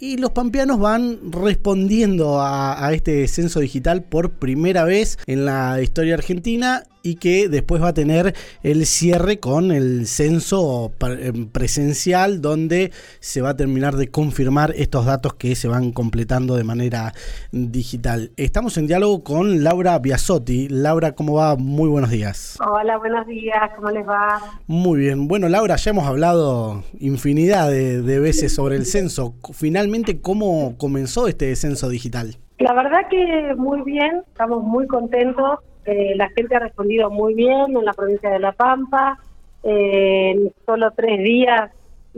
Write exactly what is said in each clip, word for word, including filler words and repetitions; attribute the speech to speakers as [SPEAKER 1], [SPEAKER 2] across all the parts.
[SPEAKER 1] y los pampeanos van respondiendo a, a este censo digital por primera vez en la historia argentina, y que después va a tener el cierre con el censo presencial, donde se va a terminar de confirmar estos datos que se van completando de manera digital. Estamos en diálogo con Laura Biasotti. Laura, ¿cómo va? Muy buenos días.
[SPEAKER 2] Hola, buenos días, ¿cómo les va?
[SPEAKER 1] Muy bien. Bueno, Laura, ya hemos hablado infinidad de, de veces sobre el censo. Finalmente, ¿cómo comenzó este censo digital?
[SPEAKER 2] La verdad que muy bien, estamos muy contentos. Eh, la gente ha respondido muy bien en la provincia de La Pampa. Eh, en solo tres días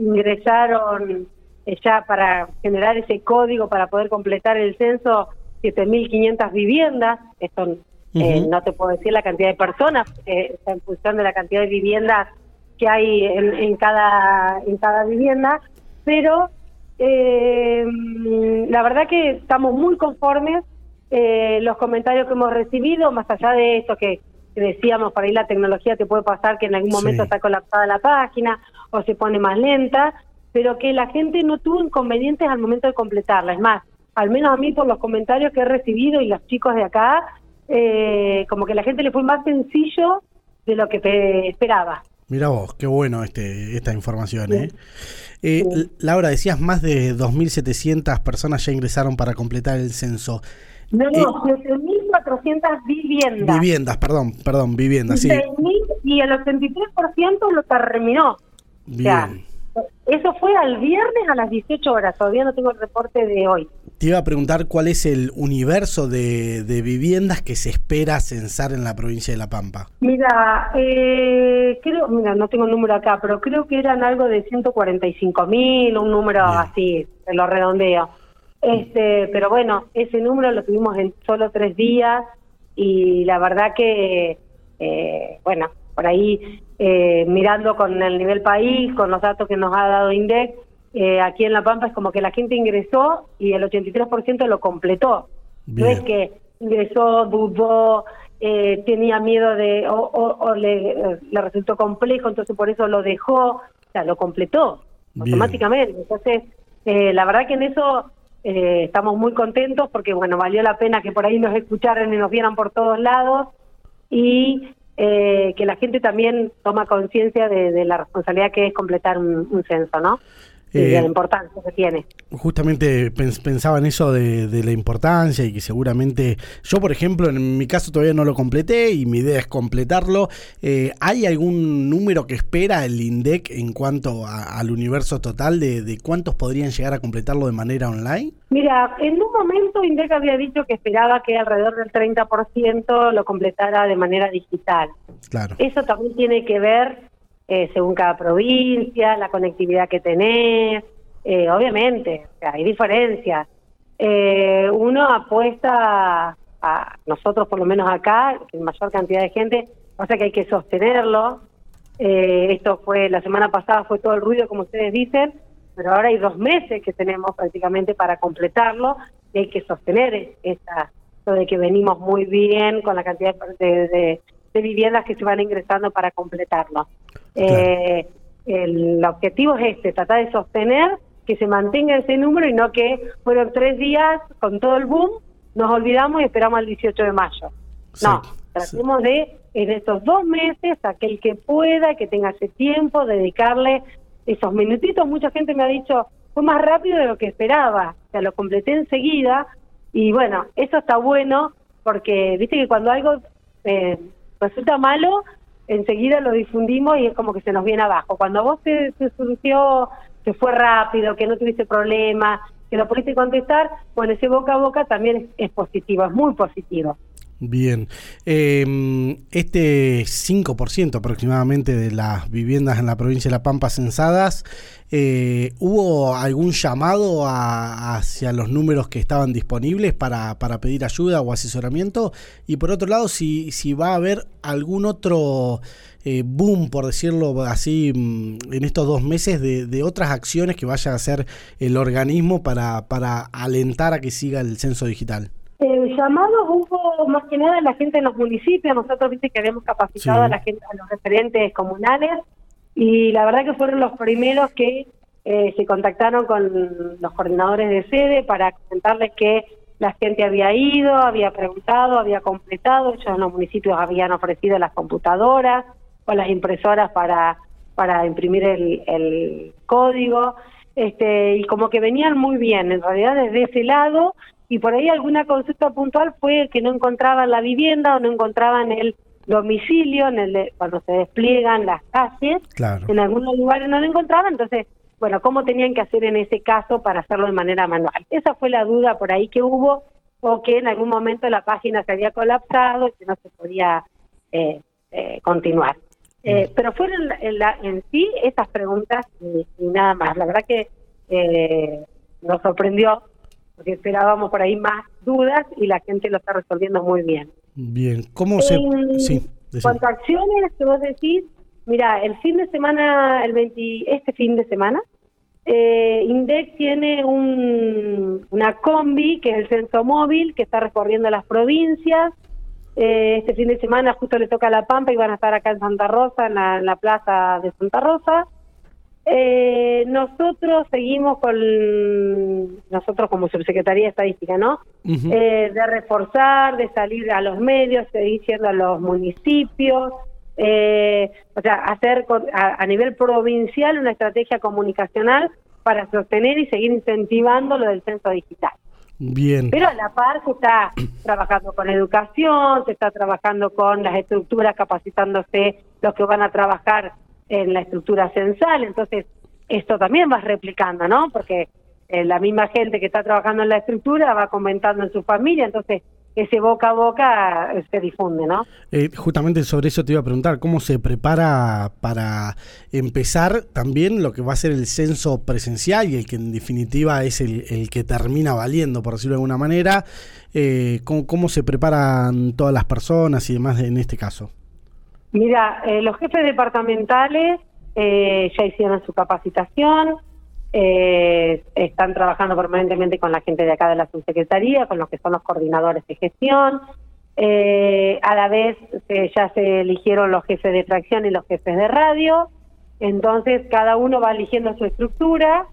[SPEAKER 2] ingresaron eh, ya para generar ese código para poder completar el censo siete mil quinientas viviendas. Esto uh-huh. eh, no te puedo decir la cantidad de personas, eh, está en función de la cantidad de viviendas que hay en, en cada en cada vivienda, pero eh, la verdad que estamos muy conformes. Eh, los comentarios que hemos recibido, más allá de esto que, que decíamos, por ahí la tecnología te puede pasar que en algún momento sí. está colapsada la página o se pone más lenta, pero que la gente no tuvo inconvenientes al momento de completarla. Es más, al menos a mí por los comentarios que he recibido y los chicos de acá, eh, como que a la gente le fue más sencillo de lo que te esperaba.
[SPEAKER 1] Mirá vos, qué bueno este esta información, ¿eh?
[SPEAKER 2] Sí.
[SPEAKER 1] eh
[SPEAKER 2] sí.
[SPEAKER 1] Laura, decías más de dos mil setecientas personas ya ingresaron para completar el censo.
[SPEAKER 2] No, no, eh, siete mil cuatrocientas viviendas.
[SPEAKER 1] Viviendas, perdón, perdón, viviendas, sí.
[SPEAKER 2] seis mil y el ochenta y tres por ciento lo terminó.
[SPEAKER 1] Bien.
[SPEAKER 2] O sea, eso fue al viernes a las dieciocho horas, todavía no tengo el reporte de hoy.
[SPEAKER 1] Te iba a preguntar cuál es el universo de, de viviendas que se espera censar en la provincia de La Pampa.
[SPEAKER 2] Mira, eh, creo, mira, no tengo el número acá, pero creo que eran algo de ciento cuarenta y cinco mil, un número Bien. así, te lo redondeo. Este, pero bueno, ese número lo tuvimos en solo tres días y la verdad que, eh, bueno, por ahí eh, mirando con el nivel país, con los datos que nos ha dado INDEC, eh, aquí en La Pampa es como que la gente ingresó y el ochenta y tres por ciento lo completó. Bien. No es que ingresó, dudó, eh, tenía miedo de, o, o, o le, le resultó complejo, entonces por eso lo dejó, o sea, lo completó Bien. automáticamente. Entonces, eh, la verdad que en eso... Eh, estamos muy contentos porque, bueno, valió la pena que por ahí nos escucharan y nos vieran por todos lados y eh, que la gente también toma conciencia de, de la responsabilidad que es completar un, un censo, ¿no? Y de
[SPEAKER 1] Eh,
[SPEAKER 2] la importancia que tiene.
[SPEAKER 1] Justamente pens pensaba en eso de, de la importancia y que seguramente, yo por ejemplo, en mi caso todavía no lo completé y mi idea es completarlo. Eh, ¿Hay algún número que espera el INDEC en cuanto a, al universo total de, de cuántos podrían llegar a completarlo de manera online?
[SPEAKER 2] Mira, en un momento INDEC había dicho que esperaba que alrededor del treinta por ciento lo completara de manera digital.
[SPEAKER 1] Claro.
[SPEAKER 2] Eso también tiene que ver Eh, según cada provincia, la conectividad que tenés, eh, obviamente, o sea, hay diferencias. Eh, uno apuesta a, a nosotros, por lo menos acá, en mayor cantidad de gente, pasa que hay que sostenerlo. Eh, esto fue, la semana pasada fue todo el ruido, como ustedes dicen, pero ahora hay dos meses que tenemos prácticamente para completarlo y hay que sostener esta, esto de que venimos muy bien con la cantidad de, de, de viviendas que se van ingresando para completarlo. Claro. Eh, el objetivo es este, tratar de sostener que se mantenga ese número y no que fueron tres días con todo el boom, nos olvidamos y esperamos al dieciocho de mayo. Sí, no, tratemos sí. de, en estos dos meses, aquel que pueda, que tenga ese tiempo, dedicarle esos minutitos. Mucha gente me ha dicho, fue más rápido de lo que esperaba, o sea, lo completé enseguida y bueno, eso está bueno porque viste que cuando algo eh, resulta malo, enseguida lo difundimos y es como que se nos viene abajo. Cuando vos te, te surgió que fue rápido, que no tuviste problema, que lo pudiste contestar, bueno, ese boca a boca también es, es positivo, es muy positivo.
[SPEAKER 1] Bien, eh, este cinco por ciento aproximadamente de las viviendas en la provincia de La Pampa censadas, eh, ¿hubo algún llamado a, hacia los números que estaban disponibles para, para pedir ayuda o asesoramiento? Y por otro lado, si, si va a haber algún otro eh, boom, por decirlo así, en estos dos meses de, de otras acciones que vaya a hacer el organismo para, para alentar a que siga el censo digital.
[SPEAKER 2] Eh, llamados hubo más que nada a la gente en los municipios. Nosotros viste que habíamos capacitado sí. a la gente, a los referentes comunales, y la verdad que fueron los primeros que eh, se contactaron con los coordinadores de sede para comentarles que la gente había ido, había preguntado, había completado, ellos en los municipios habían ofrecido las computadoras o las impresoras para, para imprimir el, el código, este, y como que venían muy bien, en realidad desde ese lado, y por ahí alguna consulta puntual fue que no encontraban la vivienda o no encontraban el domicilio, en el de, cuando se despliegan las calles,
[SPEAKER 1] claro.
[SPEAKER 2] En algunos lugares no lo encontraban, entonces, bueno, ¿cómo tenían que hacer en ese caso para hacerlo de manera manual? Esa fue la duda por ahí que hubo, o que en algún momento la página se había colapsado y que no se podía eh, eh, continuar. Eh, pero fueron en, la, en sí esas preguntas y, y nada más. La verdad que eh, nos sorprendió, porque esperábamos por ahí más dudas y la gente lo está resolviendo muy bien.
[SPEAKER 1] Bien, ¿cómo se...?
[SPEAKER 2] En
[SPEAKER 1] sí,
[SPEAKER 2] cuanto a acciones que vos decís, mira, el fin de semana, el veinte, este fin de semana, eh, INDEC tiene un, una combi, que es el censo móvil, que está recorriendo las provincias. Eh, este fin de semana justo le toca a La Pampa y van a estar acá en Santa Rosa, en la, en la plaza de Santa Rosa. Eh, nosotros seguimos con, nosotros como Subsecretaría de Estadística, ¿no? Uh-huh. Eh, de reforzar, de salir a los medios, seguir yendo a los municipios, eh, o sea, hacer con, a, a nivel provincial una estrategia comunicacional para sostener y seguir incentivando lo del censo digital.
[SPEAKER 1] Bien.
[SPEAKER 2] Pero a la par se está trabajando con educación, se está trabajando con las estructuras, capacitándose los que van a trabajar en la estructura censal, entonces esto también va replicando, ¿no? Porque eh, la misma gente que está trabajando en la estructura va comentando en su familia, entonces ese boca a boca eh, se difunde, ¿no?
[SPEAKER 1] Eh, justamente sobre eso te iba a preguntar, ¿cómo se prepara para empezar también lo que va a ser el censo presencial y el que en definitiva es el, el que termina valiendo, por decirlo de alguna manera? Eh, ¿cómo, ¿Cómo se preparan todas las personas y demás en este caso?
[SPEAKER 2] Mira, eh, los jefes departamentales eh, ya hicieron su capacitación, eh, están trabajando permanentemente con la gente de acá de la subsecretaría, con los que son los coordinadores de gestión, eh, a la vez eh, ya se eligieron los jefes de fracción y los jefes de radio, entonces cada uno va eligiendo su estructura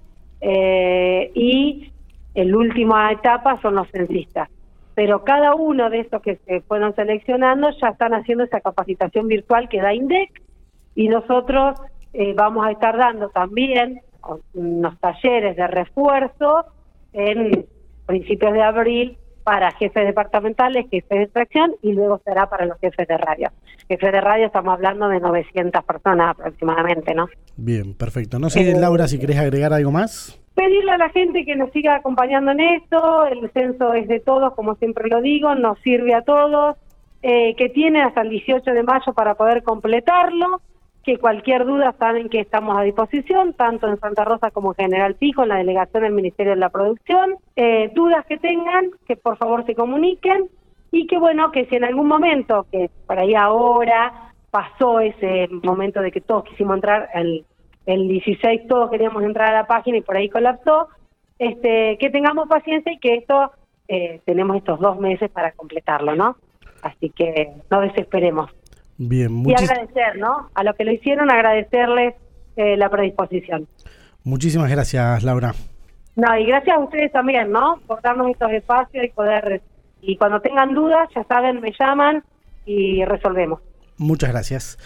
[SPEAKER 2] eh, y la última etapa son los censistas. Pero cada uno de estos que se fueron seleccionando ya están haciendo esa capacitación virtual que da INDEC, y nosotros eh, vamos a estar dando también unos talleres de refuerzo en principios de abril para jefes departamentales, jefes de fracción, y luego será para los jefes de radio. Jefes de radio estamos hablando de novecientas personas aproximadamente, ¿no?
[SPEAKER 1] Bien, perfecto. No sé, eh, Laura, si querés agregar algo más.
[SPEAKER 2] Pedirle a la gente que nos siga acompañando en esto, el censo es de todos, como siempre lo digo, nos sirve a todos, eh, que tiene hasta el dieciocho de mayo para poder completarlo, que cualquier duda saben que estamos a disposición, tanto en Santa Rosa como en General Pico, en la delegación del Ministerio de la Producción, eh, dudas que tengan, que por favor se comuniquen, y que bueno, que si en algún momento, que por ahí ahora pasó ese momento de que todos quisimos entrar al el dieciséis, todos queríamos entrar a la página y por ahí colapsó, este, que tengamos paciencia y que esto, eh, tenemos estos dos meses para completarlo, ¿no? Así que no desesperemos.
[SPEAKER 1] Bien,
[SPEAKER 2] muchis- Y agradecer, ¿no? A los que lo hicieron, agradecerles eh, la predisposición.
[SPEAKER 1] Muchísimas gracias, Laura.
[SPEAKER 2] No, y gracias a ustedes también, ¿no? Por darnos estos espacios y poder, y cuando tengan dudas, ya saben, me llaman y resolvemos.
[SPEAKER 1] Muchas gracias.